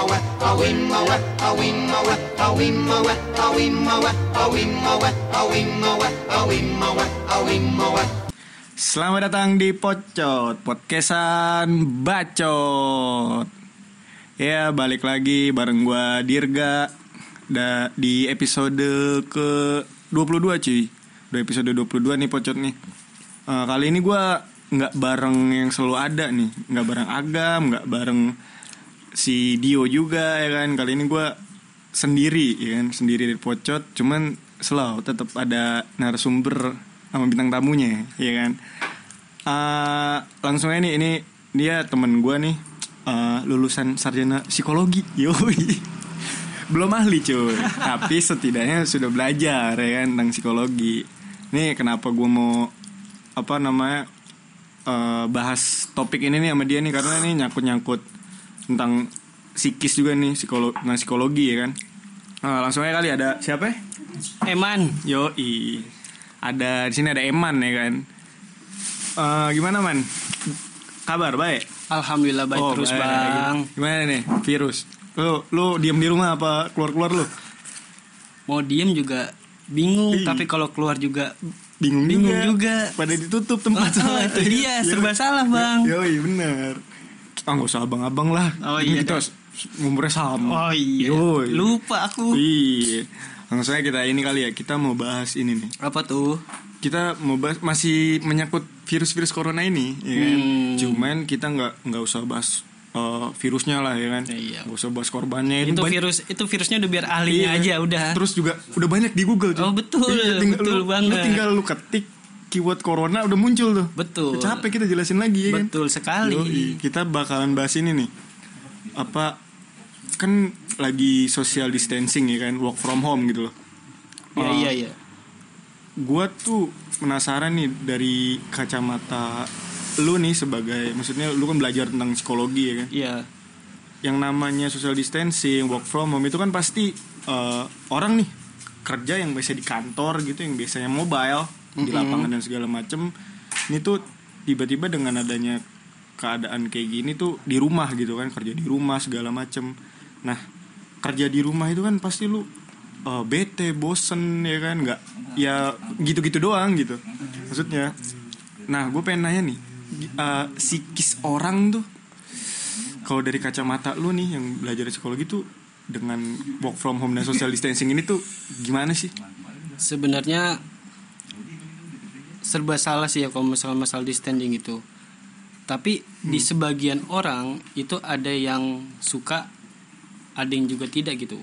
Selamat datang di Pocot, podcastan bacot. Ya, balik lagi bareng gua Dirga di episode ke-22 cuy. Udah episode 22 nih Pocot nih. Kali ini gua gak bareng yang selalu ada nih. Gak bareng Agam, gak bareng si Dio juga ya kan. Kali ini gua sendiri ya kan, sendiri di Pocot. Cuman selalu tetap ada narasumber sama bintang tamunya ya kan. Langsung aja nih, ini dia temen gue nih, lulusan sarjana psikologi. Yoi. Belum ahli cuy, tapi setidaknya sudah belajar ya kan tentang psikologi. Nih kenapa gue mau bahas topik ini nih sama dia nih, karena ini nyangkut tentang psikis juga nih, psikologi ya kan. Langsung aja kali, ada siapa ya? Eman. Yoi. Ada di sini ada Eman ya kan. Gimana Man? Kabar baik? Alhamdulillah baik terus baik. Bang. Gimana nih virus? Lu diam di rumah apa keluar lu? Mau diem juga bingung, tapi kalau keluar juga bingung juga. Pada ditutup tempat salah. Itu dia serba salah Bang. Yoi bener. Gak usah abang-abang lah. Oh iya. Kita umurnya sama. Oh iya. Yoi. Lupa aku. Iya. Langsung aja kita ini kali ya, kita mau bahas ini nih. Apa tuh? Kita mau bahas, masih menyangkut virus corona ini ya kan. Cuman kita nggak usah bahas virusnya lah ya kan. Iya. Nggak usah bahas korbannya. Itu virusnya udah biar ahlinya aja udah. Terus juga udah banyak di Google tuh. Oh betul. Betul banget. Lu tinggal lu ketik keyword corona udah muncul tuh. Betul. Capek kita jelasin lagi ya kan. Betul sekali. Yoi. Kita bakalan bahas ini nih. Kan lagi social distancing ya kan, work from home gitu loh. Iya. Gua tuh penasaran nih dari kacamata lu nih, sebagai, maksudnya lu kan belajar tentang psikologi ya kan. Iya. Yang namanya social distancing, work from home itu kan pasti orang nih kerja yang biasa di kantor gitu, yang biasanya mobile di lapangan dan segala macem, ini tuh tiba-tiba dengan adanya keadaan kayak gini tuh di rumah gitu kan, kerja di rumah segala macem. Nah, kerja di rumah itu kan pasti lu bete, bosen ya kan, nggak ya gitu-gitu doang gitu maksudnya. Nah, gue pengen nanya nih, psikis orang tuh kalau dari kacamata lu nih yang belajar psikologi tuh, dengan work from home dan social distancing ini tuh gimana sih? Sebenarnya serba salah sih ya kalau masalah distancing itu. Tapi di sebagian orang itu ada yang suka, ada yang juga tidak gitu.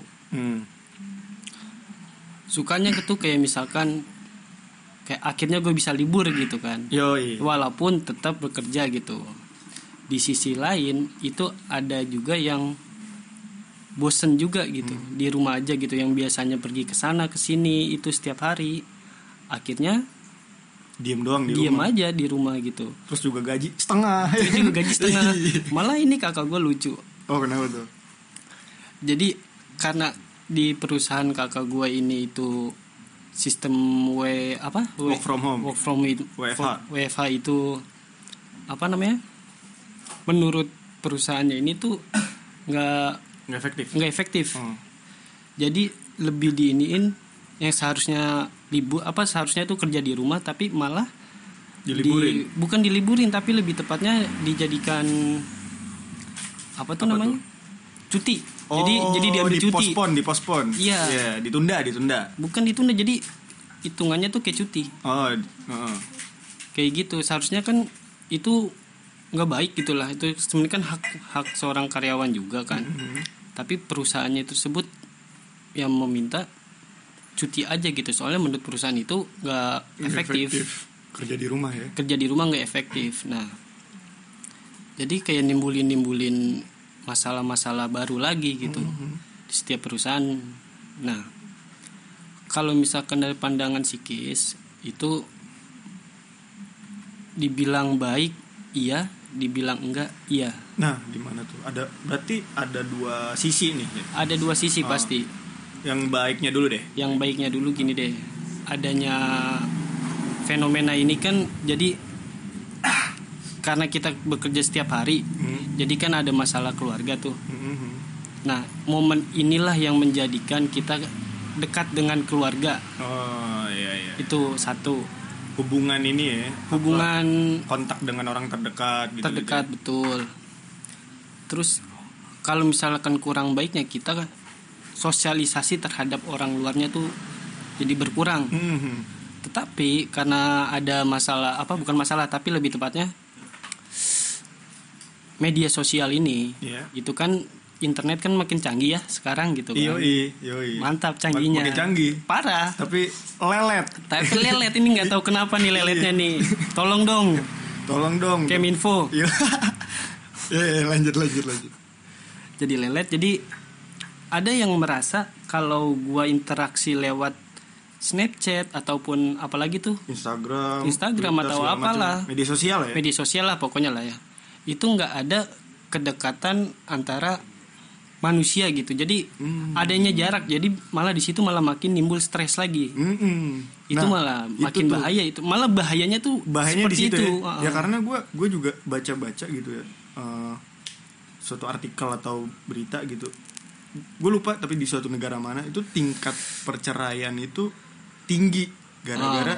Sukanya gitu kayak misalkan kayak akhirnya gue bisa libur gitu kan. Yoi. Walaupun tetap bekerja gitu. Di sisi lain itu ada juga yang bosen juga gitu, di rumah aja gitu, yang biasanya pergi ke sana ke sini itu setiap hari, akhirnya diem doang di diem rumah. Aja di rumah gitu. Terus juga gaji setengah. Malah ini kakak gue lucu. Oh, kenapa tuh? Jadi karena di perusahaan kakak gue ini itu sistem work from home, WFH itu apa namanya, menurut perusahaannya ini tuh nggak efektif. Jadi lebih diiniin yang seharusnya seharusnya itu kerja di rumah, tapi malah bukan diliburin, tapi lebih tepatnya dijadikan apa namanya tuh? Cuti. Jadi diambil cuti. Dipospon. Iya. Ditunda. Bukan ditunda, jadi hitungannya tuh kayak cuti. Kayak gitu. Seharusnya kan itu nggak baik gitulah. Itu sebenarnya kan hak seorang karyawan juga kan. Tapi perusahaannya tersebut yang meminta cuti aja gitu. Soalnya menurut perusahaan itu nggak efektif. Kerja di rumah ya. Kerja di rumah nggak efektif. Nah, jadi kayak nimbulin masalah-masalah baru lagi gitu di setiap perusahaan. Nah, kalau misalkan dari pandangan psikis itu dibilang baik iya, dibilang enggak iya. Nah, di mana tuh? Berarti ada dua sisi nih. Ada dua sisi pasti. Yang baiknya dulu deh. Yang baiknya dulu gini deh. Adanya fenomena ini kan jadi karena kita bekerja setiap hari, jadi kan ada masalah keluarga tuh. Nah, momen inilah yang menjadikan kita dekat dengan keluarga. Oh iya. Itu satu. Hubungan ini ya. Hubungan kontak dengan orang terdekat. Gitu terdekat gitu. Betul. Terus kalau misalkan kurang baiknya kita kan sosialisasi terhadap orang luarnya tuh jadi berkurang. Tetapi karena ada masalah bukan masalah tapi lebih tepatnya media sosial ini, itu kan internet kan makin canggih ya sekarang gitu kan. Yoi. Mantap canggihnya. Makin canggih. Parah. Tapi lelet. Ini nggak tahu kenapa nih leletnya nih. Tolong dong. Keminfo. Iya. Lanjut. Jadi lelet. Jadi ada yang merasa kalau gua interaksi lewat Snapchat ataupun apalagi tuh Instagram Twitter, atau apalah media sosial lah pokoknya lah ya, itu nggak ada kedekatan antara manusia gitu. Jadi adanya jarak, jadi malah di situ malah makin nimbul stres lagi. Itu malah makin itu bahaya. Itu malah bahayanya di situ itu. Ya karena gue juga baca gitu ya, suatu artikel atau berita gitu, gue lupa tapi di suatu negara mana itu tingkat perceraian itu tinggi gara-gara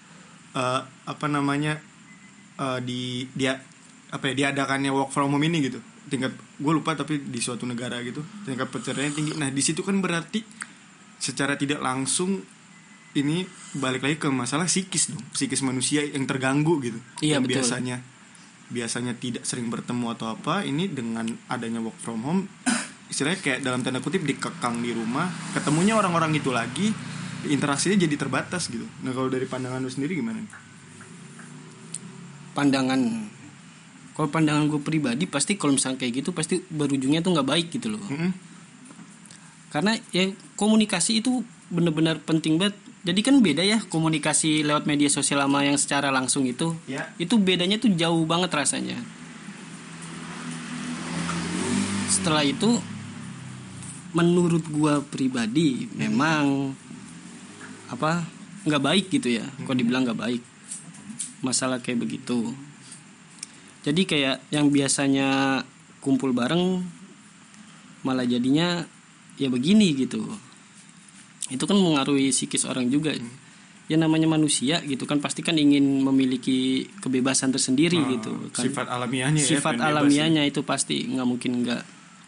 diadakannya work from home ini gitu. Tingkat gue lupa tapi di suatu negara gitu tingkat perceraian tinggi. Nah di situ kan berarti secara tidak langsung ini balik lagi ke masalah psikis manusia yang terganggu gitu. Iya, yang betul. biasanya tidak sering bertemu atau apa, ini dengan adanya work from home istilahnya kayak dalam tanda kutip dikekang di rumah, ketemunya orang-orang itu lagi, interaksinya jadi terbatas gitu. Nah kalau dari pandangan lu sendiri gimana? Kalau pandangan gue pribadi pasti kalau misalnya kayak gitu pasti berujungnya tuh nggak baik gitu loh. Karena ya komunikasi itu benar-benar penting banget. Jadi kan beda ya komunikasi lewat media sosial sama yang secara langsung itu. Itu bedanya tuh jauh banget rasanya. Setelah itu menurut gue pribadi memang nggak baik gitu ya. Kalau dibilang nggak baik masalah kayak begitu. Jadi kayak yang biasanya kumpul bareng malah jadinya ya begini gitu. Itu kan mengaruhi psikis orang juga. Ya namanya manusia gitu kan pasti kan ingin memiliki kebebasan tersendiri gitu kan. Sifat alamiahnya itu pasti nggak mungkin nggak.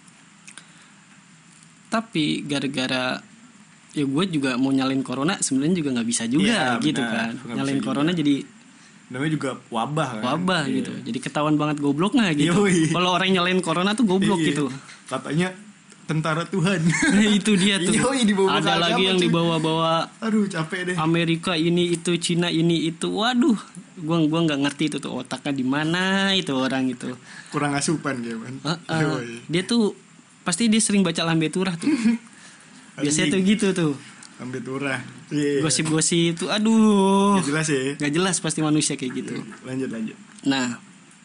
Tapi gara-gara ya gue juga mau nyalain corona sebenarnya juga nggak bisa juga gitu kan. Nyalain corona juga. Jadi namanya juga wabah gitu. Jadi ketahuan banget gobloknya gitu. Kalau orang nyalain corona tuh goblok gitu. Katanya tentara Tuhan. Itu dia tuh. Ada lagi yang dibawa-bawa. Aduh capek deh. Amerika ini itu, Cina ini itu. Waduh, gua nggak ngerti itu tuh otaknya di mana itu orang itu. Kurang asupan dia kan. Dia tuh pasti dia sering baca Lambe Turah tuh. Biasanya tuh gitu tuh. Lambe Turah. Gosip-gosip itu aduh. Gak jelas ya. Gak jelas pasti manusia kayak gitu. Lanjut. Nah,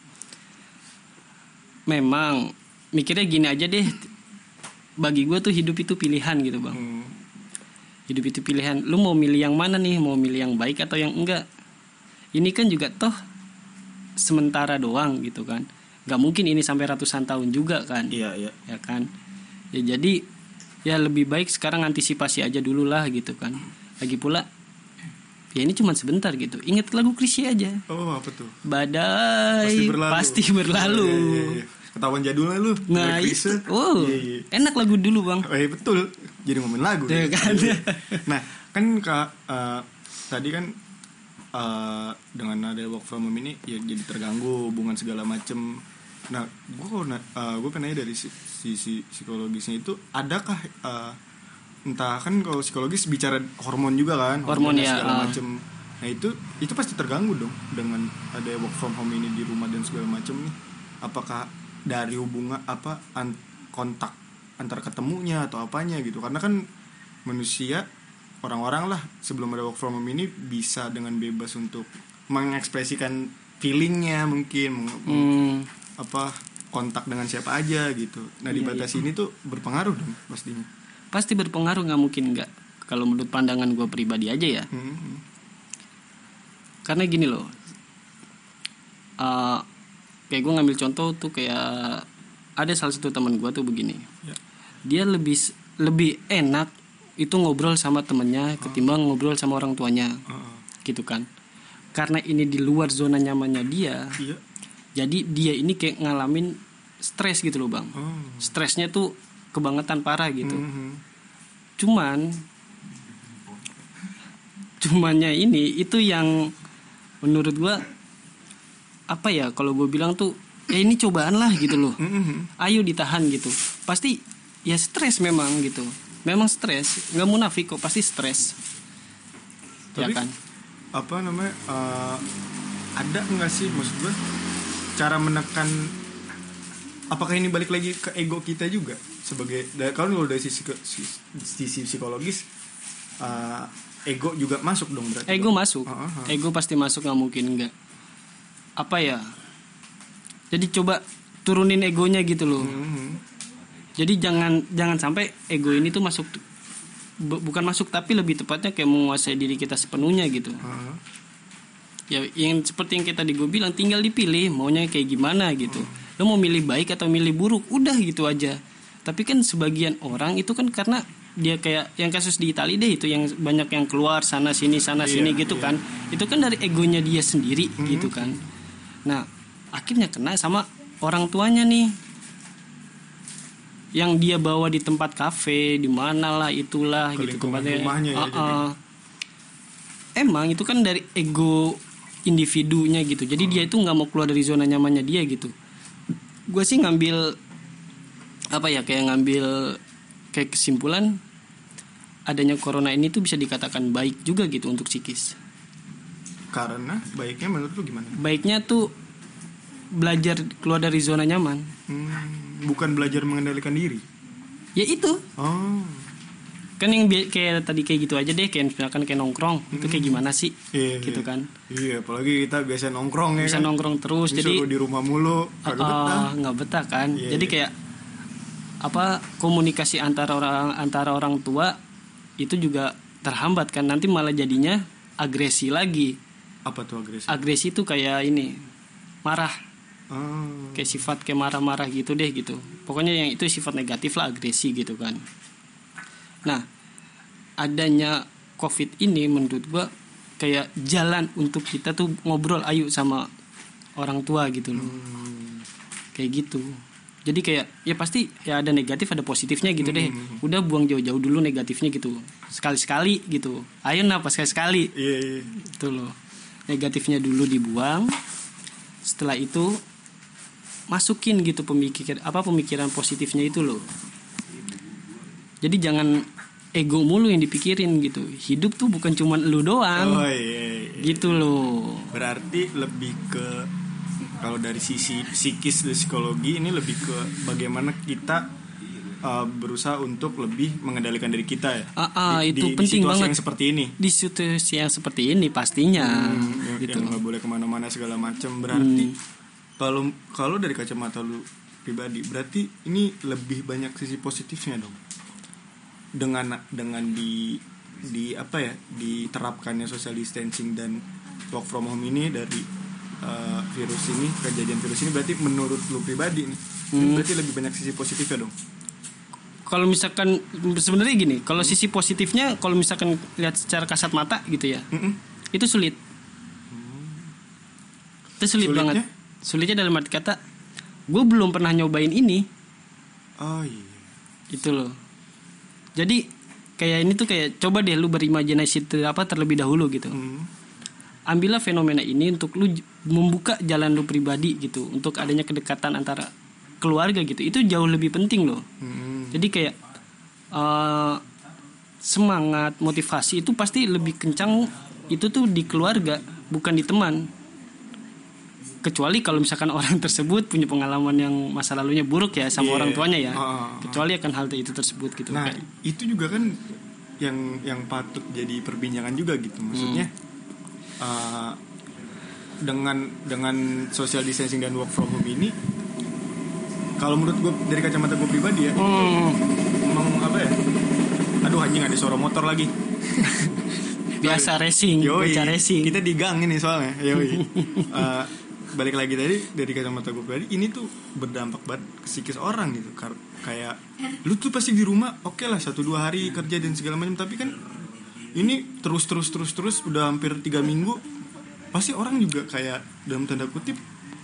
memang mikirnya gini aja deh. Bagi gue tuh hidup itu pilihan gitu bang. Hidup itu pilihan. Lu mau milih yang mana nih? Mau milih yang baik atau yang enggak? Ini kan juga toh sementara doang gitu kan. Gak mungkin ini sampai ratusan tahun juga kan. Iya. Ya kan. Ya jadi ya lebih baik sekarang antisipasi aja dulu lah gitu kan. Lagi pula ya ini cuma sebentar gitu. Ingat lagu Chrisye aja. Oh apa tuh? Badai pasti berlalu. Iya. Ketahuan jadulnya lu. Nah itu enak lagu dulu bang. Oh iya betul. Jadi ngomongin lagu kan? Nah kan tadi kan dengan ada work from home ini ya jadi terganggu hubungan segala macem. Nah gue pengen nanya dari sisi psikologisnya itu, adakah entah kan kalau psikologis bicara hormon juga kan, hormon ya segala macem. Nah itu pasti terganggu dong dengan ada work from home ini di rumah dan segala macem nih. Apakah dari hubungan kontak antar ketemunya atau apanya gitu, karena kan manusia orang-orang lah sebelum ada work from home ini bisa dengan bebas untuk mengekspresikan feelingnya mungkin kontak dengan siapa aja gitu. Nah dibatasi ini tuh berpengaruh dong pastinya. Pasti berpengaruh, nggak mungkin nggak. Kalau menurut pandangan gue pribadi aja ya. Karena gini loh, kayak gue ngambil contoh tuh kayak ada salah satu teman gue tuh begini. dia lebih enak itu ngobrol sama temennya ketimbang ngobrol sama orang tuanya, gitu kan? Karena ini di luar zona nyamannya dia, jadi dia ini kayak ngalamin stres gitu loh bang. Stresnya tuh kebangetan parah gitu. Cumannya ini itu yang menurut gue apa ya, kalau gue bilang tuh ya ini cobaan lah gitu loh. Ayo ditahan gitu. Pasti ya stres memang gitu. Memang stres, nggak munafik kok, pasti stres. Tapi, ya kan? Apa namanya? Ada nggak sih maksud gue cara menekan? Apakah ini balik lagi ke ego kita juga sebagai kalau dari sisi psikologis, ego juga masuk dong berarti. Ego masuk, ego pasti masuk, nggak mungkin nggak. Apa ya? Jadi coba turunin egonya gitu loh. Jadi jangan sampai ego ini tuh masuk, bukan masuk tapi lebih tepatnya kayak menguasai diri kita sepenuhnya gitu. Ya yang seperti yang kita gue bilang, tinggal dipilih maunya kayak gimana gitu. Lo mau milih baik atau milih buruk, udah gitu aja. Tapi kan sebagian orang itu kan karena dia kayak yang kasus di Italia deh itu, yang banyak yang keluar sana sini gitu kan. Itu kan dari egonya dia sendiri gitu kan. Nah akhirnya kena sama orang tuanya nih, yang dia bawa di tempat kafe di mana lah itulah ke gitu tempatnya. Emang itu kan dari ego individunya gitu. Jadi dia itu nggak mau keluar dari zona nyamannya dia gitu. Gue sih ngambil apa ya, kayak kesimpulan adanya corona ini tuh bisa dikatakan baik juga gitu untuk psikis. Karena baiknya menurut lu gimana? Baiknya tuh belajar keluar dari zona nyaman. Bukan belajar mengendalikan diri. Ya itu. Kan yang kayak tadi kayak gitu aja deh, kayak misalkan kayak nongkrong, itu kayak gimana sih? Gitu kan. Iya, apalagi kita biasa nongkrong ya. Bisa kan? Nongkrong terus, jadi di rumah mulu, nggak betah kan. Jadi kayak apa, komunikasi antara orang tua itu juga terhambat kan. Nanti malah jadinya agresi lagi. Apa tuh agresi? Agresi tuh kayak ini, marah. Kayak sifat kayak marah-marah gitu deh gitu. Pokoknya yang itu sifat negatif lah, agresi gitu kan. Nah adanya COVID ini menurut gua kayak jalan untuk kita tuh ngobrol ayo sama orang tua gitu loh. Kayak gitu. Jadi kayak ya pasti ya ada negatif ada positifnya gitu deh. Udah buang jauh-jauh dulu negatifnya gitu. Sekali-sekali gitu. Ayo pas sekali-sekali. Itu loh. Negatifnya dulu dibuang. Setelah itu masukin gitu pemikiran positifnya itu loh. Jadi jangan ego mulu yang dipikirin gitu. Hidup tuh bukan cuma lu doang. Gitu loh. Berarti lebih ke, kalau dari sisi psikis dan psikologi ini lebih ke bagaimana kita berusaha untuk lebih mengendalikan diri kita ya. Itu penting banget. Yang seperti ini. Di situasi yang seperti ini pastinya. Gitu. Yang nggak boleh kemana-mana segala macam. Berarti kalau dari kacamata lu pribadi, berarti ini lebih banyak sisi positifnya dong. Dengan di apa ya, diterapkannya social distancing dan work from home ini dari kejadian virus ini, berarti menurut lu pribadi nih, berarti lebih banyak sisi positifnya dong. Kalau misalkan sebenarnya gini, kalau sisi positifnya kalau misalkan lihat secara kasat mata gitu ya, itu sulit. Itu sulit banget. Sulitnya dalam arti kata, gue belum pernah nyobain ini. Itu loh. Jadi kayak ini tuh kayak coba deh lu berimajinasi terlebih dahulu gitu. Ambillah fenomena ini untuk lu membuka jalan lu pribadi gitu, untuk adanya kedekatan antara keluarga gitu. Itu jauh lebih penting loh. Jadi kayak semangat, motivasi itu pasti lebih kencang itu tuh di keluarga, bukan di teman. Kecuali kalau misalkan orang tersebut punya pengalaman yang masa lalunya buruk ya sama orang tuanya ya. Kecuali akan hal itu tersebut gitu. Nah, itu juga kan yang patut jadi perbincangan juga gitu. Maksudnya dengan social distancing dan work from home ini, kalau menurut gue dari kacamata gue pribadi ya, emang apa ya? Aduh anjing, ada suara motor lagi. Biasa racing, bocah racing. Kita di gang ini soalnya. balik lagi tadi dari kacamata gue pribadi, ini tuh berdampak banget ke psikis orang gitu. Kayak lu tuh pasti di rumah oke lah 1-2 hari kerja dan segala macam, tapi kan ini terus udah hampir 3 minggu, pasti orang juga kayak dalam tanda kutip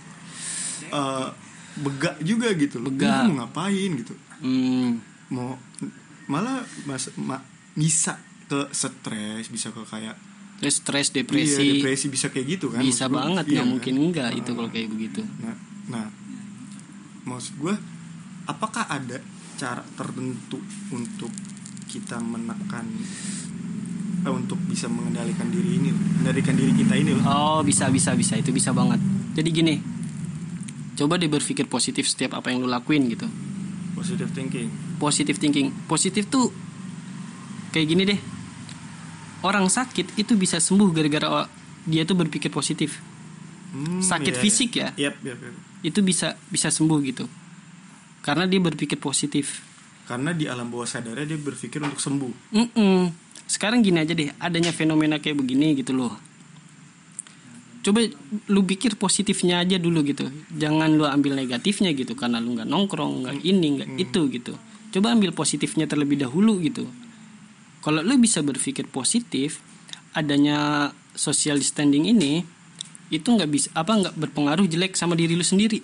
begak juga gitu loh. Begak. Mau ngapain gitu. Mau malah bisa ke stres, bisa ke kayak stres, depresi. Iya, depresi bisa kayak gitu kan. Bisa banget, nggak mungkin enggak itu kalau kayak begitu. Nah, maksud gue, apakah ada cara tertentu untuk kita menekan, untuk bisa mengendalikan diri kita ini loh? Oh, bisa itu bisa banget. Jadi gini, coba deh berpikir positif setiap apa yang lu lakuin gitu. Positive thinking. Positif tuh kayak gini deh. Orang sakit itu bisa sembuh gara-gara dia tuh berpikir positif. Sakit fisik ya. Yep. Itu bisa sembuh gitu. Karena dia berpikir positif. Karena di alam bawah sadarnya dia berpikir untuk sembuh. Sekarang gini aja deh, adanya fenomena kayak begini gitu loh. Coba lu pikir positifnya aja dulu gitu. Jangan lu ambil negatifnya gitu, karena lu nggak nongkrong, nggak ini, nggak itu gitu. Coba ambil positifnya terlebih dahulu gitu. Kalau lu bisa berpikir positif, adanya social distancing ini itu nggak berpengaruh jelek sama diri lu sendiri.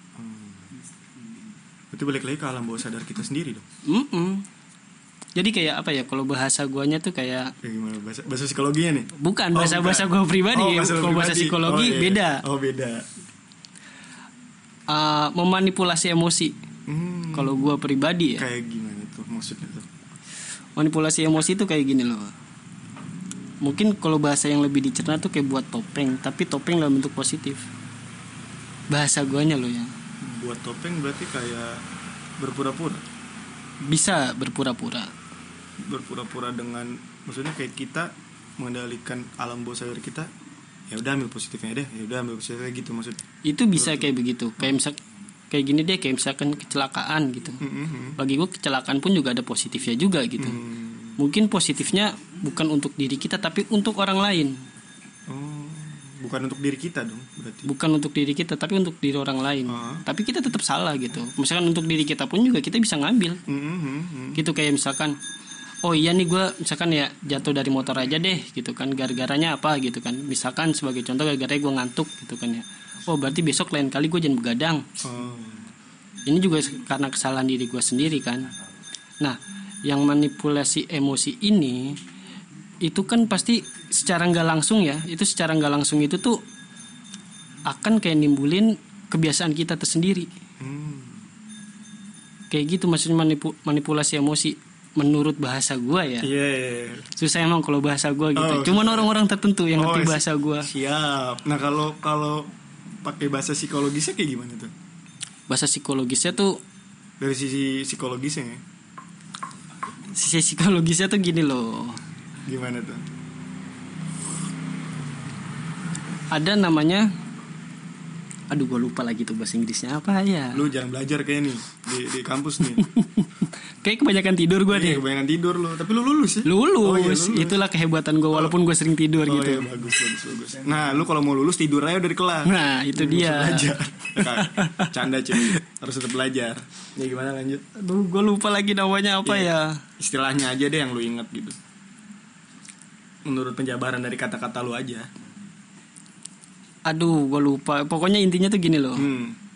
Itu balik lagi ke alam bawah sadar kita sendiri dong. Jadi kayak apa ya, kalau bahasa guanya tuh kayak gimana, bahasa psikologinya nih? Bukan bahasa gua pribadi. Kalau bahasa psikologi beda. Beda. Memanipulasi emosi. Kalau gua pribadi ya. Kayak gimana tuh maksudnya tuh? Manipulasi emosi itu kayak gini loh. Mungkin kalau bahasa yang lebih dicerna tuh kayak buat topeng, tapi topeng dalam bentuk positif. Bahasa guanya loh ya. Buat topeng berarti kayak berpura-pura. Bisa berpura-pura dengan, maksudnya kayak kita mengendalikan alam bawah sadar kita. Ya udah ambil positifnya deh, gitu maksud. Itu bisa kayak begitu. Kayak gini deh, kayak misalkan kecelakaan gitu. Bagi gue kecelakaan pun juga ada positifnya juga gitu. Mungkin positifnya bukan untuk diri kita tapi untuk orang lain. Bukan untuk diri kita dong berarti. Bukan untuk diri kita tapi untuk diri orang lain. Tapi kita tetap salah gitu. Misalkan untuk diri kita pun juga kita bisa ngambil. Gitu kayak misalkan, oh iya nih gue misalkan ya jatuh dari motor aja deh gitu kan, gara-garanya apa gitu kan. Misalkan sebagai contoh gara-garanya gue ngantuk gitu kan ya. Oh berarti besok lain kali gue jangan begadang. Ini juga karena kesalahan diri gue sendiri kan. Nah, yang manipulasi emosi ini itu kan pasti secara nggak langsung ya. Itu secara nggak langsung itu tuh akan kayak nimbulin kebiasaan kita tersendiri. Kayak gitu maksudnya manipulasi emosi menurut bahasa gue ya. Susah emang kalau bahasa gue gitu. Cuman orang-orang tertentu yang ngerti bahasa gue. Siap. Nah kalau pakai bahasa psikologisnya kayak gimana tuh? Bahasa psikologisnya tuh dari sisi psikologisnya ya? Sisi psikologisnya tuh gini loh. Gimana tuh? Ada namanya, aduh gue lupa lagi tuh bahasa Inggrisnya apa ya. Lu jangan belajar kayak nih di kampus nih. Kayak kebanyakan tidur gue deh. Kebanyakan tidur lu. Tapi lu lulus ya? Lulus. Itulah kehebatan gue walaupun gue sering tidur gitu. Iya, bagus. Nah lu kalau mau lulus tidur aja dari kelas. Nah itu dia. Belajar. Canda cuy. Harus tetap belajar. Ya gimana lanjut? Aduh gue lupa lagi namanya apa ya. Istilahnya aja deh yang lu inget gitu. Menurut penjabaran dari kata-kata lu aja. Aduh gue lupa. Pokoknya intinya tuh gini loh.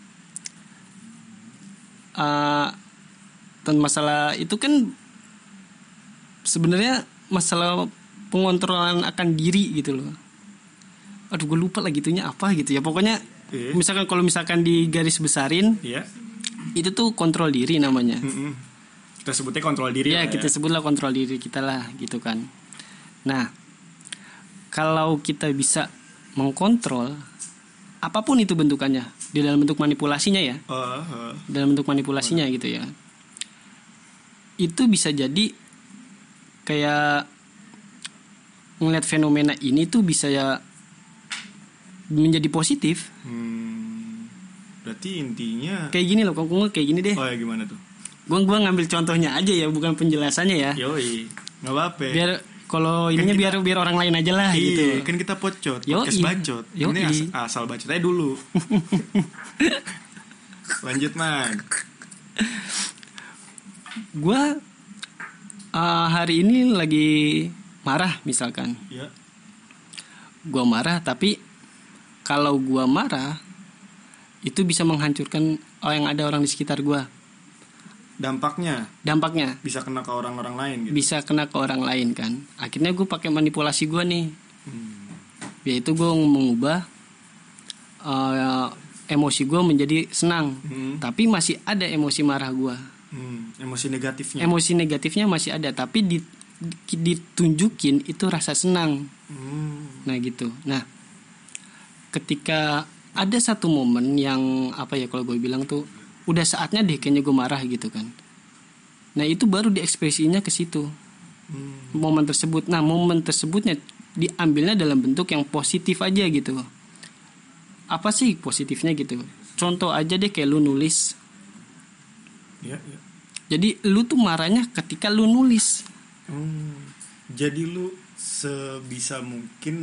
Dan masalah itu kan sebenarnya masalah pengontrolan akan diri gitu loh. Aduh gue lupa lagi itunya apa gitu ya. Pokoknya misalkan di garis besarin, itu tuh kontrol diri namanya. Kita sebutnya kontrol diri. Ya kita sebutlah kontrol diri kita lah gitu kan. Nah kalau kita bisa mengkontrol apapun itu bentukannya, di dalam bentuk manipulasinya ya, dalam bentuk manipulasinya gitu ya, itu bisa jadi kayak ngeliat fenomena ini tuh bisa ya menjadi positif. Berarti intinya kayak gini loh, gue kayak gini deh. Oh ya gimana tuh? Gue ngambil contohnya aja ya, bukan penjelasannya ya. Yoi, nggak apa-apa. Kalau ininya biar orang lain aja lah gitu. Kan kita podcast bacot. Ini asal bacot aja dulu. Lanjut, Man. Gua hari ini lagi marah misalkan. Ya. Gua marah, tapi kalau gua marah itu bisa menghancurkan yang ada orang di sekitar gua. Dampaknya bisa kena ke orang-orang lain gitu. Bisa kena ke orang lain kan. Akhirnya gue pakai manipulasi gue nih. Yaitu gue mengubah emosi gue menjadi senang. Tapi masih ada emosi marah gue. Emosi negatifnya. Emosi negatifnya masih ada, tapi ditunjukin itu rasa senang. Nah gitu. Nah, ketika ada satu momen yang apa ya, kalau gue bilang tuh udah saatnya deh kayaknya gue marah gitu kan. Nah itu baru diekspresinya ke situ. Momen tersebut. Nah momen tersebutnya diambilnya dalam bentuk yang positif aja gitu. Apa sih positifnya gitu? Contoh aja deh kayak lu nulis. Ya. Jadi lu tuh marahnya ketika lu nulis. Jadi lu sebisa mungkin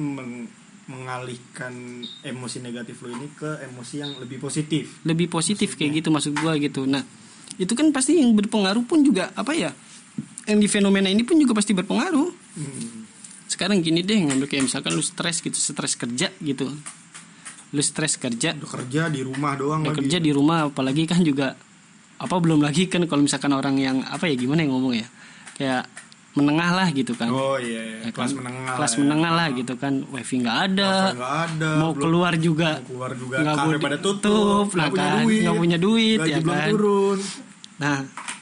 mengalihkan emosi negatif lo ini ke emosi yang lebih positif. Lebih positif maksudnya. Kayak gitu maksud gua gitu. Nah, itu kan pasti yang berpengaruh pun juga apa ya? Yang di fenomena ini pun juga pasti berpengaruh. Sekarang gini deh, ngambil kayak misalkan lu stres gitu, stres kerja gitu. Lu stres kerja. Udah kerja di rumah doang lagi. Kerja di rumah, apalagi kan juga apa belum lagi kan kalau misalkan orang yang apa ya, gimana yang ngomong ya? Kayak menengah lah gitu kan. Oh iya. Kelas menengah. Kelas menengah lah gitu kan. Wifi nggak ada. Mau keluar juga. Nggak boleh pada tutup. Nggak punya duit gaji ya belum kan. Turun. Nah,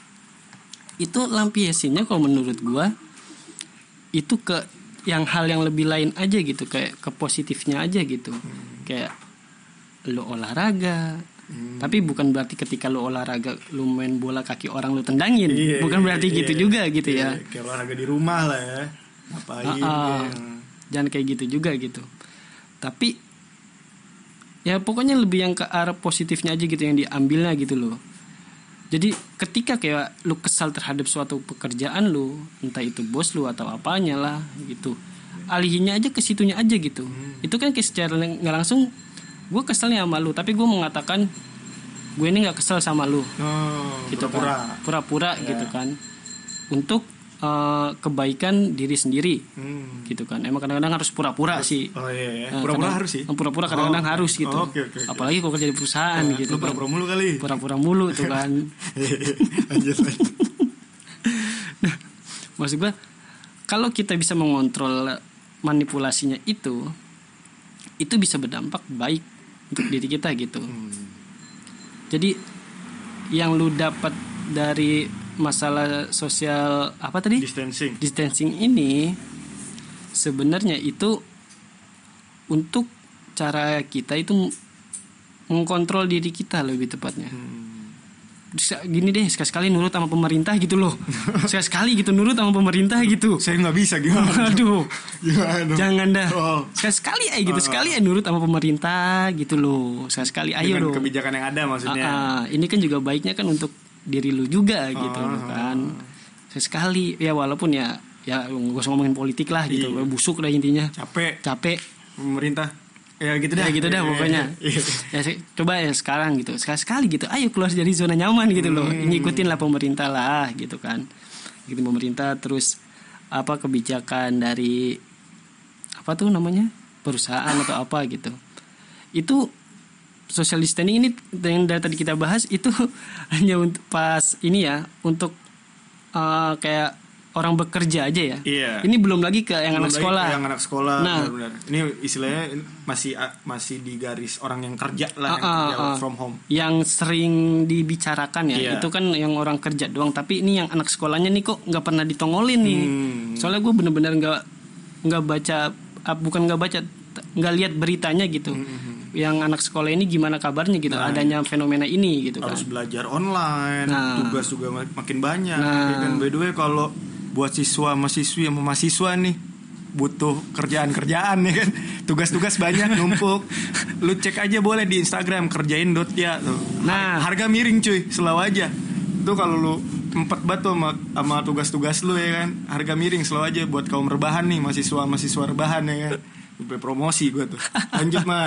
itu lampiasinnya kalau menurut gua itu ke yang hal yang lebih lain aja gitu, kayak ke positifnya aja gitu. Kayak lu olahraga. Tapi bukan berarti ketika lu olahraga lu main bola kaki orang lu tendangin. Bukan berarti gitu juga gitu ya. Kayak olahraga di rumah lah ya. Ngapain jangan kayak gitu juga gitu. Tapi ya pokoknya lebih yang ke arah positifnya aja gitu yang diambilnya gitu loh. Jadi ketika kayak lu kesal terhadap suatu pekerjaan lu, entah itu bos lu atau apanya lah gitu, alihinnya aja ke situnya aja gitu. Itu kan kayak secara nggak langsung gue keselnya sama lu, tapi gue mengatakan gue ini nggak kesel sama lu, gitu kan, pura-pura gitu kan, untuk kebaikan diri sendiri, gitu kan. Emang kadang-kadang harus pura-pura sih. Oh iya. Pura-pura harus sih. Pura-pura kadang-kadang harus gitu. Okay. Apalagi kalau kerja di perusahaan gitu. Lu pura-pura mulu kali. Pura-pura mulu tuh kan. Lanjut. Nah, maksud gue kalau kita bisa mengontrol manipulasinya itu bisa berdampak baik untuk diri kita gitu. Jadi yang lu dapat dari masalah sosial apa tadi? Distancing ini sebenarnya itu untuk cara kita itu mengkontrol diri kita lebih tepatnya. Gini deh, sekali-sekali nurut sama pemerintah gitu loh. Sekali-sekali gitu nurut sama pemerintah gitu. Saya nggak bisa gimana? Aduh, jangan dah. Sekali-sekali gitu, sekali nurut sama pemerintah gitu loh. Sekali-sekali ayo dengan dong. Kebijakan yang ada maksudnya. Ini kan juga baiknya kan untuk diri lu juga gitu kan. Sekali ya walaupun ya gak usah ngomongin politik lah gitu. Busuk dah intinya. Capek pemerintah. Ya gitu dah pokoknya. Ya coba ya sekarang gitu. Sekali gitu. Ayo keluar dari zona nyaman gitu loh. Ngikutin lah pemerintah lah gitu kan. Ngikutin pemerintah, terus apa kebijakan dari apa tuh namanya? Perusahaan atau apa gitu. Itu social distancing ini yang dari tadi kita bahas itu hanya untuk pas ini ya, untuk kayak orang bekerja aja ya. Iya. Ini belum lagi ke yang anak sekolah. Yang anak sekolah. Nah, benar. Ini istilahnya masih di garis orang yang kerja lah, yang work from home. Yang sering dibicarakan ya. Iya. Itu kan yang orang kerja doang. Tapi ini yang anak sekolahnya nih kok nggak pernah ditongolin nih. Soalnya gue bener-bener nggak baca, bukan nggak baca, nggak lihat beritanya gitu. Yang anak sekolah ini gimana kabarnya gitu, adanya fenomena ini gitu kan. Harus belajar online, tugas juga makin banyak. Ya kan, by the way kalau buat siswa mahasiswi sama mahasiswa nih butuh kerjaan ya kan, tugas-tugas banyak numpuk. Lu cek aja boleh di Instagram kerjain.ya tuh. Nah, harga miring cuy, selalu aja. Tuh kalau lu empet banget tuh sama tugas-tugas lu ya kan. Harga miring selalu aja buat kaum rebahan nih, mahasiswa rebahan ya kan. Sampai promosi gue tuh. Lanjut mah.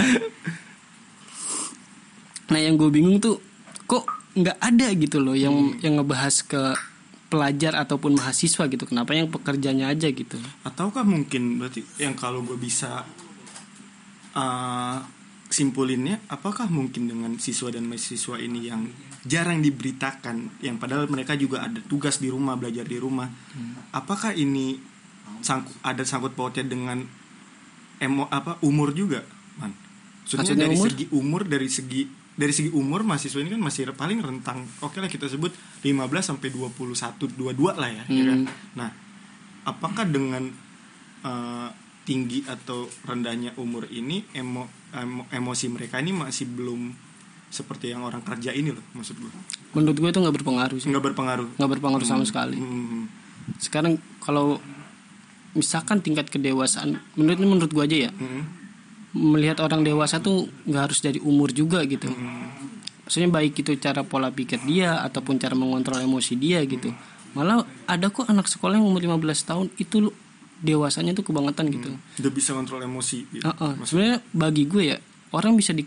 Nah yang gue bingung tuh kok nggak ada gitu loh yang ngebahas ke pelajar ataupun mahasiswa gitu. Kenapa yang pekerjanya aja gitu? Ataukah mungkin berarti yang kalau gue bisa simpulinnya, apakah mungkin dengan siswa dan mahasiswa ini yang jarang diberitakan, yang padahal mereka juga ada tugas di rumah, belajar di rumah, apakah ini ada sangkut pautnya dengan umur juga, man? Maksudnya dari umur? Segi umur, dari segi umur mahasiswa ini kan masih paling rentang, oke lah kita sebut 15 sampai 21, 22 lah ya, ya kan? Nah, apakah dengan tinggi atau rendahnya umur ini emosi mereka ini masih belum seperti yang orang kerja ini loh, maksud gue. Menurut gue itu nggak berpengaruh sih. Nggak berpengaruh sama sekali. Sekarang kalau misalkan tingkat kedewasaan, menurut gue aja ya, melihat orang dewasa tuh nggak harus dari umur juga gitu. Maksudnya baik itu cara pola pikir dia ataupun cara mengontrol emosi dia gitu. Malah ada kok anak sekolah yang umur 15 tahun itu dewasanya tuh kebangetan gitu. Udah bisa kontrol emosi gitu. Sebenarnya bagi gue ya, orang bisa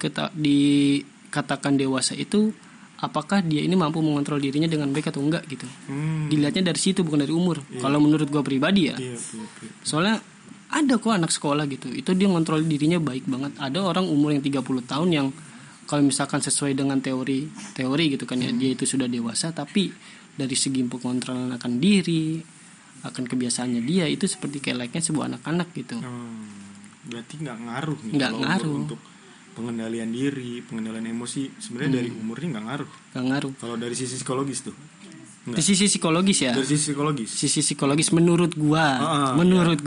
dikatakan dewasa itu apakah dia ini mampu mengontrol dirinya dengan baik atau enggak gitu. Dilihatnya dari situ, bukan dari umur. Kalau menurut gue pribadi ya. Soalnya ada kok anak sekolah gitu, itu dia ngontrol dirinya baik banget. Ada orang umur yang 30 tahun yang kalau misalkan sesuai dengan teori gitu kan ya, dia itu sudah dewasa, tapi dari segi pengontrolan akan diri, akan kebiasaannya dia itu seperti kayak layaknya sebuah anak-anak gitu. Berarti nggak ngaruh nih. Nggak ngaruh untuk pengendalian diri, pengendalian emosi sebenarnya dari umur ini nggak ngaruh. Nggak ngaruh. Kalau dari sisi psikologis tuh. Di sisi psikologis ya. Dari sisi psikologis. Sisi psikologis menurut gua. Menurut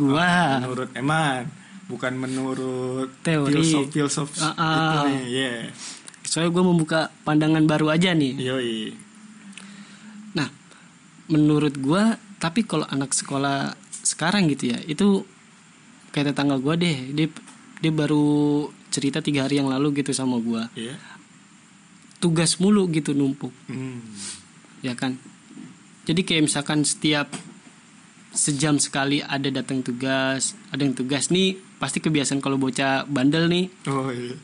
Eman, bukan menurut teori filsuf itu nih. Yeah. Soalnya gua membuka pandangan baru aja nih. Yoi. Nah, menurut gua, tapi kalau anak sekolah sekarang gitu ya, itu kayak tetangga gua deh, dia baru cerita 3 hari yang lalu gitu sama gua. Yeah. Tugas mulu gitu numpuk. Ya kan? Jadi kayak misalkan setiap sejam sekali ada datang tugas, ada yang tugas nih, pasti kebiasaan kalau bocah bandel nih. Oh iya.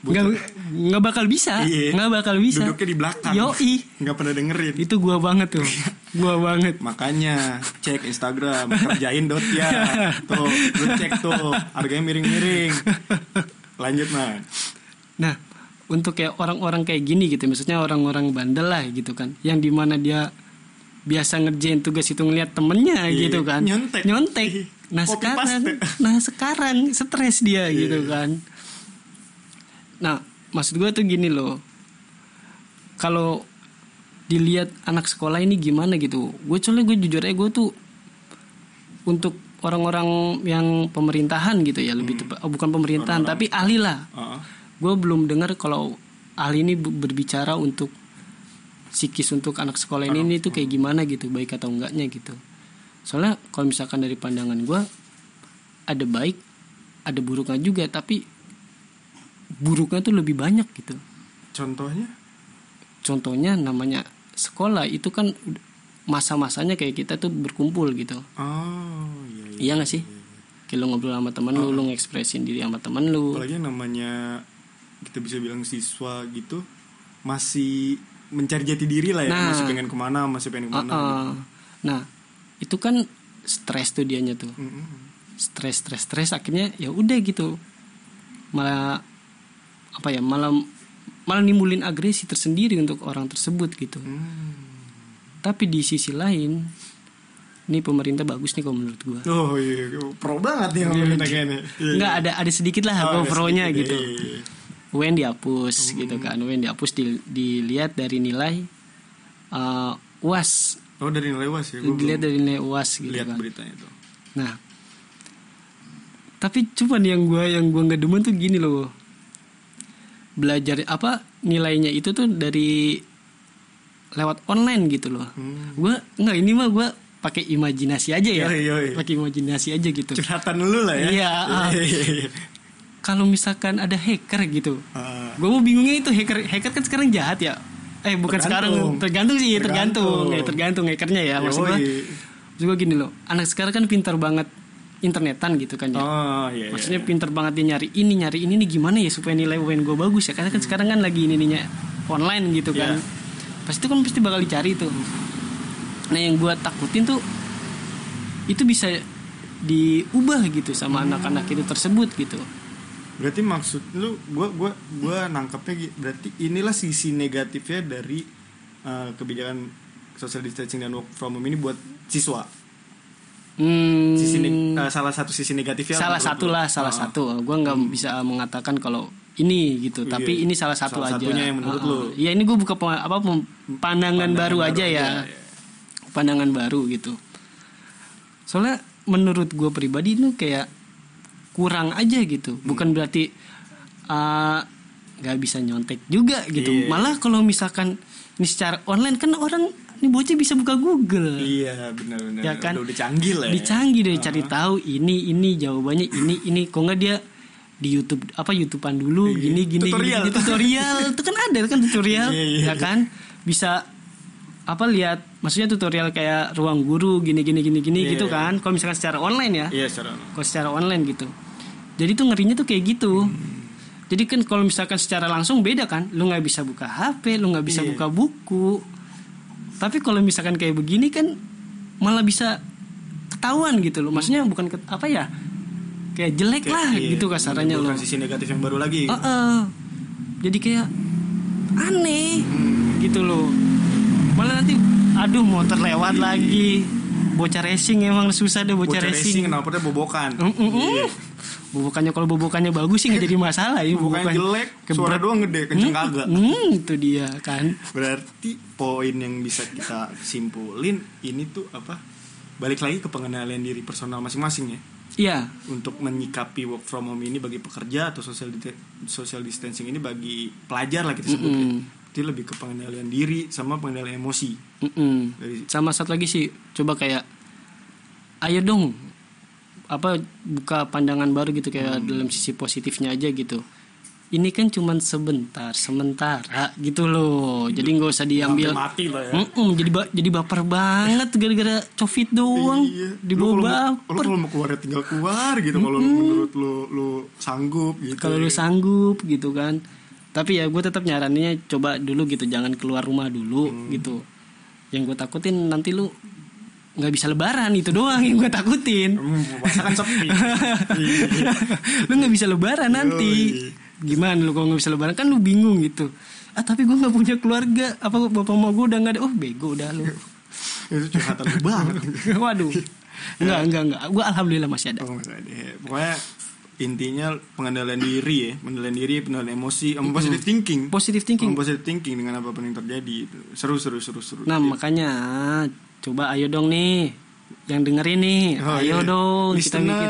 Nggak bakal bisa. Iya. Nggak bakal bisa. Duduknya di belakang. Yoi. Nggak pernah dengerin. Itu gua banget tuh. Gua banget. Makanya cek Instagram, kerjain ya. Tuh, lu cek tuh, harganya miring-miring. Lanjut, Man. Nah, untuk kayak orang-orang kayak gini gitu, maksudnya orang-orang bandel lah gitu kan, yang dimana dia biasa ngerjain tugas itu ngeliat temennya gitu kan, nyontek. Nah sekarang stres dia gitu kan. Nah maksud gue tuh gini loh, kalau dilihat anak sekolah ini gimana gitu, gue jujur aja gue tuh untuk orang-orang yang pemerintahan gitu ya, lebih tepat, bukan pemerintahan tapi ahli lah. Gue belum dengar kalau ahli ini berbicara untuk psikis untuk anak sekolah ini tuh kayak gimana gitu, baik atau enggaknya gitu. Soalnya kalau misalkan dari pandangan gue, ada baik, ada buruknya juga, tapi buruknya tuh lebih banyak gitu. Contohnya namanya sekolah itu kan masa-masanya kayak kita tuh berkumpul gitu. Iya nggak sih? Kayak lu ngobrol sama temen lu ngekspresin diri sama temen lu. Apalagi namanya kita bisa bilang siswa gitu, masih mencari jati diri lah ya, masih pengen kemana gitu. Nah itu kan stres tuh dianya tuh, stres akhirnya ya udah gitu, malah nimbulin agresi tersendiri untuk orang tersebut gitu. Tapi di sisi lain, ini pemerintah bagus nih kalau menurut gua. Oh iya, pro banget nih pemerintah kayaknya. Nggak ada sedikit lah pro-nya gitu. UN dihapus gitu kan, UN dihapus dilihat dari nilai UAS. Oh dari nilai UAS ya? Dilihat dari nilai UAS gitu lihat kan. Beritanya itu. Nah, tapi cuman yang gua nggak demen tuh gini loh. Belajar nilainya itu tuh dari lewat online gitu loh. Gua pakai imajinasi aja ya. Pakai imajinasi aja gitu. Curhatan lu lah ya. Iya. Kalau misalkan ada hacker gitu, gue mau bingungnya itu hacker kan sekarang jahat ya. Bukan sekarang, tergantung sih, tergantung hackernya ya. Maksud gue gini loh, anak sekarang kan pintar banget internetan gitu kan ya. Maksudnya pintar banget dia nyari ini nih gimana ya supaya nilai UN gue bagus ya. Karena kan sekarang kan lagi ininya online gitu kan. Pasti bakal dicari tuh. Nah yang gue takutin tuh itu bisa diubah gitu sama anak-anak itu tersebut gitu. Berarti maksud lu gue nangkepnya berarti inilah sisi negatifnya dari kebijakan social distancing dan work from home ini buat siswa. Salah satu sisi negatifnya. Salah satu. Gue nggak bisa mengatakan kalau ini gitu, tapi ini salah aja. Satunya yang menurut lu. Ya ini gue buka pandangan baru aja ya. Pandangan baru gitu. Soalnya menurut gue pribadi itu kayak kurang aja gitu. Bukan berarti nggak bisa nyontek juga gitu. Malah kalau misalkan ini secara online kan orang ini bocah bisa buka Google. Iya benar. Ya kan? Udah canggih lah. Dicanggih deh cari tahu ini jawabannya ini. Kok nggak dia di YouTube YouTubean dulu gini tutorial itu kan ada kan tutorial ya kan bisa lihat maksudnya tutorial kayak ruang guru gini gitu kan kalau misalkan secara online ya. Kalau secara online gitu. Jadi tuh ngerinya tuh kayak gitu. Jadi kan kalau misalkan secara langsung beda kan, lu nggak bisa buka HP, lu nggak bisa buka buku. Tapi kalau misalkan kayak begini kan malah bisa ketahuan gitu loh. Maksudnya bukan kayak jelek lah gitu kasarannya loh. Bukan sisi negatif yang baru lagi. Jadi kayak aneh gitu loh. Malah nanti motor lewat lagi. Bocah racing emang susah deh bocah racing. Kenapa bobokan? Bobokannya bagus sih nggak jadi masalah ya. Bobokannya jelek, suara doang gede, kenceng kagak. Itu dia kan. Berarti poin yang bisa kita simpulin ini tuh balik lagi ke pengenalan diri personal masing-masing ya. Iya. Untuk menyikapi work from home ini bagi pekerja atau social distancing ini bagi pelajar lah kita sebut ya. Itu lebih ke pengendalian diri sama pengendalian emosi. Sama satu lagi sih, coba kayak ayo dong buka pandangan baru gitu kayak dalam sisi positifnya aja gitu. Ini kan cuman sementara gitu loh. Jadi nggak usah diambil mati lah ya. Jadi baper banget gara-gara COVID doang. Dibawa baper. Kalau mau keluar tinggal keluar gitu. Kalau menurut lu sanggup gitu. Kalau lu sanggup gitu kan. Tapi ya gue tetap nyaraninnya coba dulu gitu, jangan keluar rumah dulu gitu. Yang gue takutin nanti lu nggak bisa lebaran, itu doang yang gue takutin. Kan sepi. Lu nggak bisa lebaran nanti. Gimana lu kalau nggak bisa lebaran kan lu bingung gitu. Tapi gue nggak punya keluarga. Bapak mama gue udah nggak ada. Bego udah lu. Itu curhatan lu banget. Waduh. Enggak. Gue alhamdulillah masih ada. Pokoknya intinya pengendalian diri, pengendalian emosi, positive thinking dengan apapun yang terjadi. Seru. Nah makanya coba ayo dong nih yang dengerin nih, ayo dong kita mikir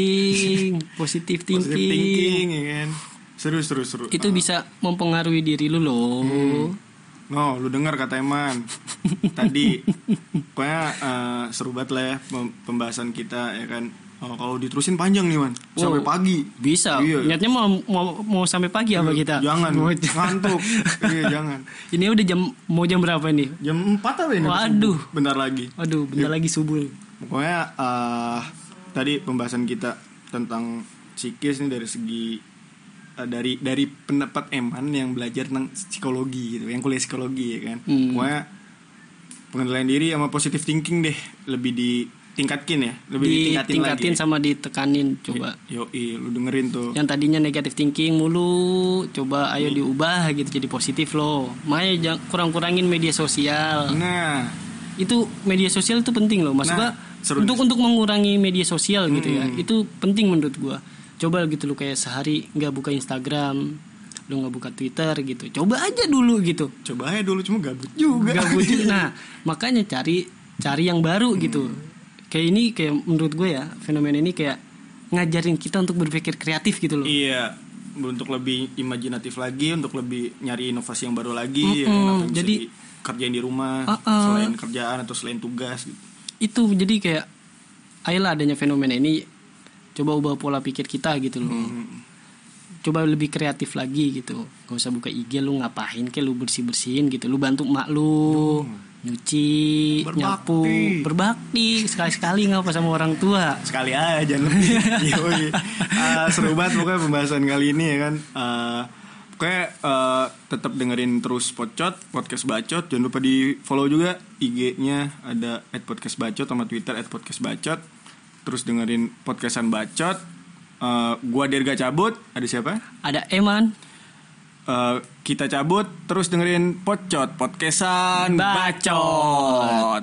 positive thinking ya kan. Seru. Itu bisa mempengaruhi diri lu loh. Lu dengar kata Eman tadi, pokoknya seru banget lah ya pembahasan kita ya kan. Kalau diterusin panjang nih Man, sampai pagi. Bisa. Niatnya mau sampai pagi apa kita? Jangan. Ngantuk. Jangan. Ini udah jam berapa nih? Jam 4 apa ini? Waduh. Bentar lagi. Lagi subuh. Pokoknya tadi pembahasan kita tentang psikis ini dari segi dari pendapat Eman yang belajar tentang psikologi gitu, yang kuliah psikologi ya kan. Pokoknya pengendalian diri sama positive thinking deh lebih ditingkatkan ya, lebih ditingkatin sama ditekanin coba. Yoi, lu dengerin tuh. Yang tadinya negative thinking mulu, coba ayo diubah gitu jadi positif loh. Makanya kurang-kurangin media sosial. Nah, itu media sosial itu penting loh, Mas gua. Untuk mengurangi media sosial gitu ya. Itu penting menurut gua. Coba gitu lu kayak sehari enggak buka Instagram, lu enggak buka Twitter gitu. Coba aja dulu gitu. Coba aja dulu, cuma gabut juga. Nah, makanya cari yang baru gitu. Kayak menurut gue ya, fenomena ini kayak ngajarin kita untuk berpikir kreatif gitu loh. Iya, untuk lebih imajinatif lagi, untuk lebih nyari inovasi yang baru lagi ya, jadi kerjain di rumah selain kerjaan atau selain tugas gitu. Itu jadi kayak ayolah adanya fenomena ini coba ubah pola pikir kita gitu loh. coba lebih kreatif lagi gitu. Gak usah buka IG, lu ngapain kayak lu bersih-bersihin gitu. Lu bantu mak lu nyuci, nyapu, berbakti sekali-sekali ngapa sama orang tua. Sekali aja lebih. Seru banget pokoknya pembahasan kali ini ya kan. Pokoknya tetap dengerin terus podcast bacot. Jangan lupa di follow juga IG-nya ada @podcastbacot sama Twitter @podcastbacot. Terus dengerin podcastan bacot. Gua Dirga cabut. Ada siapa? Ada Eman. Kita cabut. Terus dengerin podcastan bacot.